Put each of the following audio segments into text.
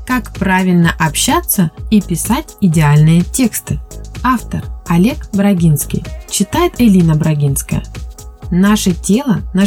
Как правильно общаться и писать идеальные тексты. Автор Олег Брагинский. Читает Элина Брагинская. Наше тело на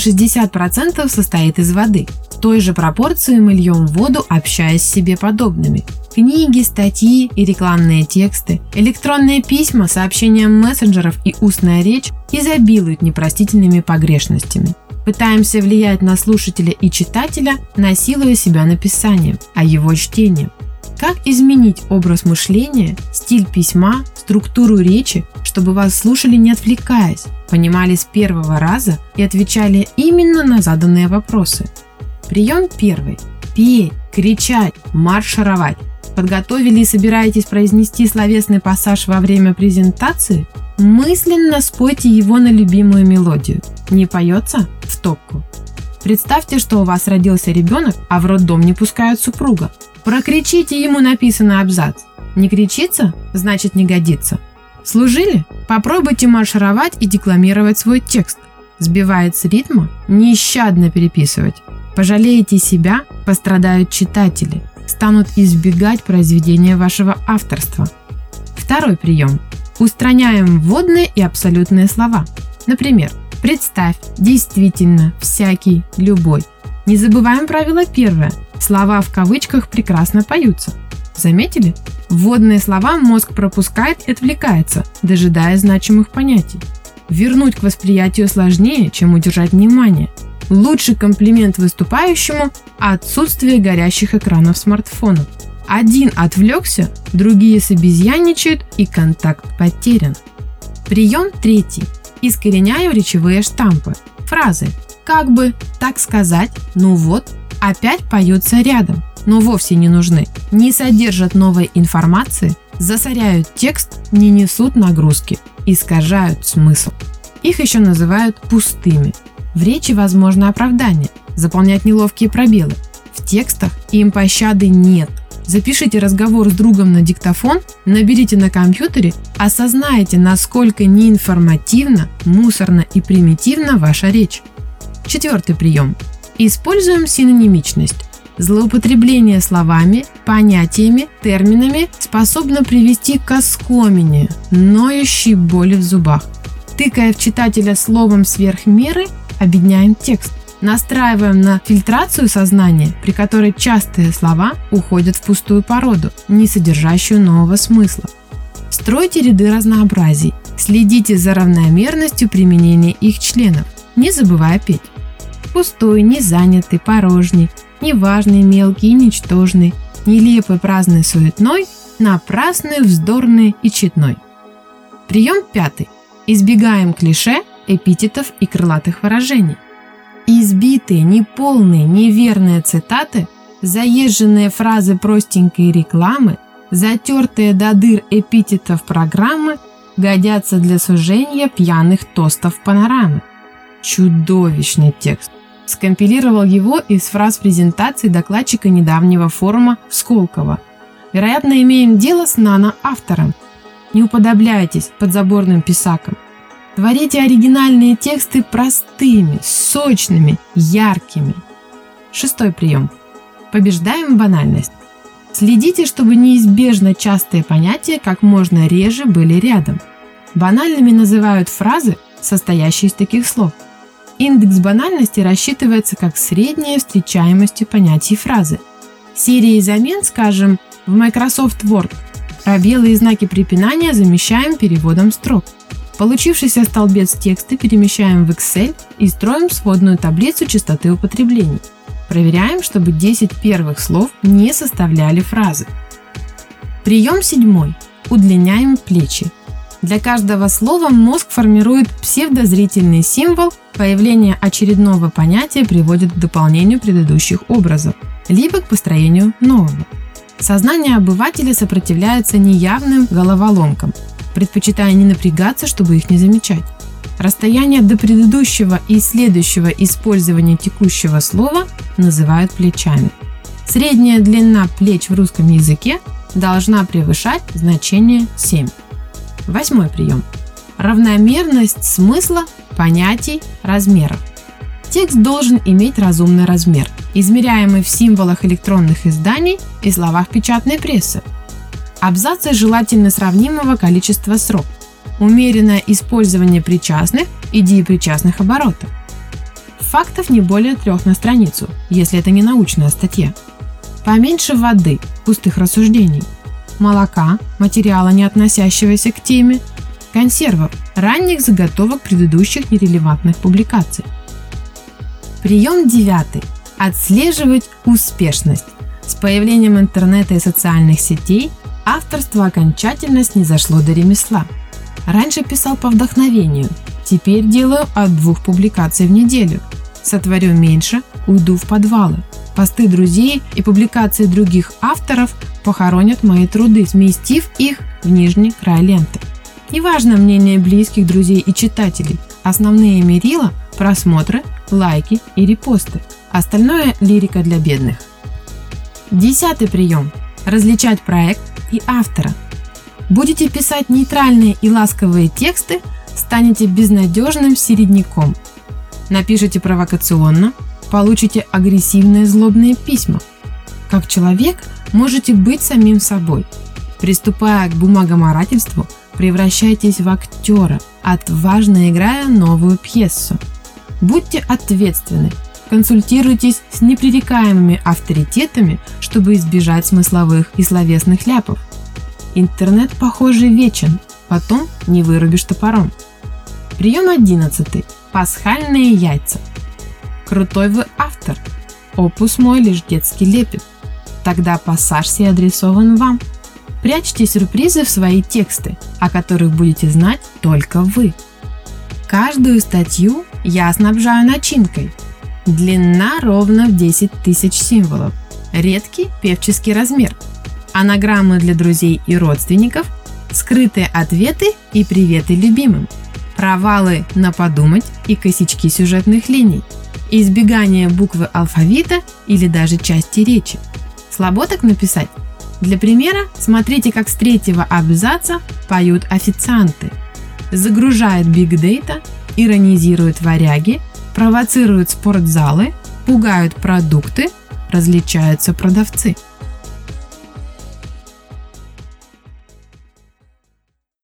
60% состоит из воды. В той же пропорции мы льем воду, общаясь с себе подобными. Книги, статьи и рекламные тексты, электронные письма, сообщения мессенджеров и устная речь изобилуют непростительными погрешностями. Пытаемся влиять на слушателя и читателя, насилуя себя написанием, а его чтением. Как изменить образ мышления, стиль письма, структуру речи, чтобы вас слушали не отвлекаясь, понимали с первого раза и отвечали именно на заданные вопросы? Прием первый. Петь, кричать, маршировать. Подготовили и собираетесь произнести словесный пассаж во время презентации? Мысленно спойте его на любимую мелодию. Не поется? В топку. Представьте, что у вас родился ребенок, а в роддом не пускают супруга. Прокричите ему написанный абзац. Не кричится? Значит, не годится. Служили? Попробуйте маршировать и декламировать свой текст. Сбивает с ритма? Нещадно переписывать. Пожалеете себя? Пострадают читатели. Станут избегать произведения вашего авторства. Второй прием. Устраняем вводные и абсолютные слова. Например, представь, действительно, всякий, любой. Не забываем правило первое. Слова в кавычках прекрасно поются. Заметили? Вводные слова мозг пропускает и отвлекается, дожидаясь значимых понятий. Вернуть к восприятию сложнее, чем удержать внимание. Лучший комплимент выступающему – отсутствие горящих экранов смартфонов. Один отвлекся, другие собезьяничают, и контакт потерян. Прием третий. Искореняем речевые штампы. Фразы «как бы», «так сказать», «ну вот» опять поются рядом, но вовсе не нужны. Не содержат новой информации, засоряют текст, не несут нагрузки, искажают смысл. Их еще называют пустыми. В речи возможно оправдание, заполнять неловкие пробелы. В текстах им пощады нет. Запишите разговор с другом на диктофон, наберите на компьютере, осознайте, насколько неинформативна, мусорна и примитивна ваша речь. Четвертый прием. Используем синонимичность. Злоупотребление словами, понятиями, терминами способно привести к оскомине, ноющей боли в зубах. Тыкая в читателя словом сверх меры, обедняем текст. Настраиваем на фильтрацию сознания, при которой частые слова уходят в пустую породу, не содержащую нового смысла. Стройте ряды разнообразий, следите за равномерностью применения их членов, не забывая петь. Пустой, незанятый, порожний, неважный, мелкий и ничтожный, нелепый, праздный, суетной, напрасный, вздорный и тщетной. Прием пятый. Избегаем клише, эпитетов и крылатых выражений. Избитые, неполные, неверные цитаты, заезженные фразы простенькой рекламы, затертые до дыр эпитетов программы годятся для сужения пьяных тостов панорамы. Чудовищный текст. Скомпилировал его из фраз презентации докладчика недавнего форума в Сколково. Вероятно, имеем дело с наноавтором. Не уподобляйтесь подзаборным писакам. Творите оригинальные тексты простыми, сочными, яркими. Шестой прием. Побеждаем банальность. Следите, чтобы неизбежно частые понятия как можно реже были рядом. Банальными называют фразы, состоящие из таких слов. Индекс банальности рассчитывается как средняя встречаемость понятий фразы. Серии замен, скажем, в Microsoft Word, пробелы и знаки препинания замещаем переводом строк. Получившийся столбец текста перемещаем в Excel и строим сводную таблицу частоты употреблений. Проверяем, чтобы 10 первых слов не составляли фразы. Прием седьмой. Удлиняем плечи. Для каждого слова мозг формирует псевдозрительный символ, появление очередного понятия приводит к дополнению предыдущих образов, либо к построению нового. Сознание обывателя сопротивляется неявным головоломкам, предпочитая не напрягаться, чтобы их не замечать. Расстояние до предыдущего и следующего использования текущего слова называют плечами. Средняя длина плеч в русском языке должна превышать значение 7. Восьмой прием. Равномерность смысла, понятий, размеров. Текст должен иметь разумный размер. измеряемый в символах электронных изданий и словах печатной прессы. Абзацы желательно сравнимого количества строк. Умеренное использование причастных и диапричастных оборотов. Фактов не более 3 на страницу, если это не научная статья. Поменьше воды, пустых рассуждений. Молока, материала, не относящегося к теме. Консервов, ранних заготовок предыдущих нерелевантных публикаций. Прием 9. Отслеживать успешность. С появлением интернета и социальных сетей авторство окончательно снизошло до ремесла. Раньше писал по вдохновению, теперь делаю от 2 публикаций в неделю. Сотворю меньше, уйду в подвалы. Посты друзей и публикации других авторов похоронят мои труды, сместив их в нижний край ленты. Неважно мнение близких, друзей и читателей. Основные мерила – просмотры, лайки и репосты. Остальное – лирика для бедных. 10 прием. Различать проект и автора. Будете писать нейтральные и ласковые тексты, станете безнадежным середняком. Напишите провокационно, получите агрессивные злобные письма. Как человек можете быть самим собой. Приступая к бумагоморательству, превращайтесь в актера, отважно играя новую пьесу. Будьте ответственны, консультируйтесь с непререкаемыми авторитетами, чтобы избежать смысловых и словесных ляпов. Интернет, похоже, вечен, потом не вырубишь топором. Прием 11. Пасхальные яйца. Крутой вы автор. Опус мой лишь детский лепет. Тогда пассаж сей адресован вам. Прячьте сюрпризы в свои тексты, о которых будете знать только вы. Каждую статью я снабжаю начинкой. Длина ровно в 10 тысяч символов. Редкий певческий размер. Анаграммы для друзей и родственников, скрытые ответы и приветы любимым, провалы на подумать и косячки сюжетных линий, избегание буквы алфавита или даже части речи. Слабо так написать? Для примера смотрите, как с 3-го абзаца поют официанты. Загружает бигдейта, иронизируют варяги, провоцируют спортзалы, пугают продукты, различаются продавцы.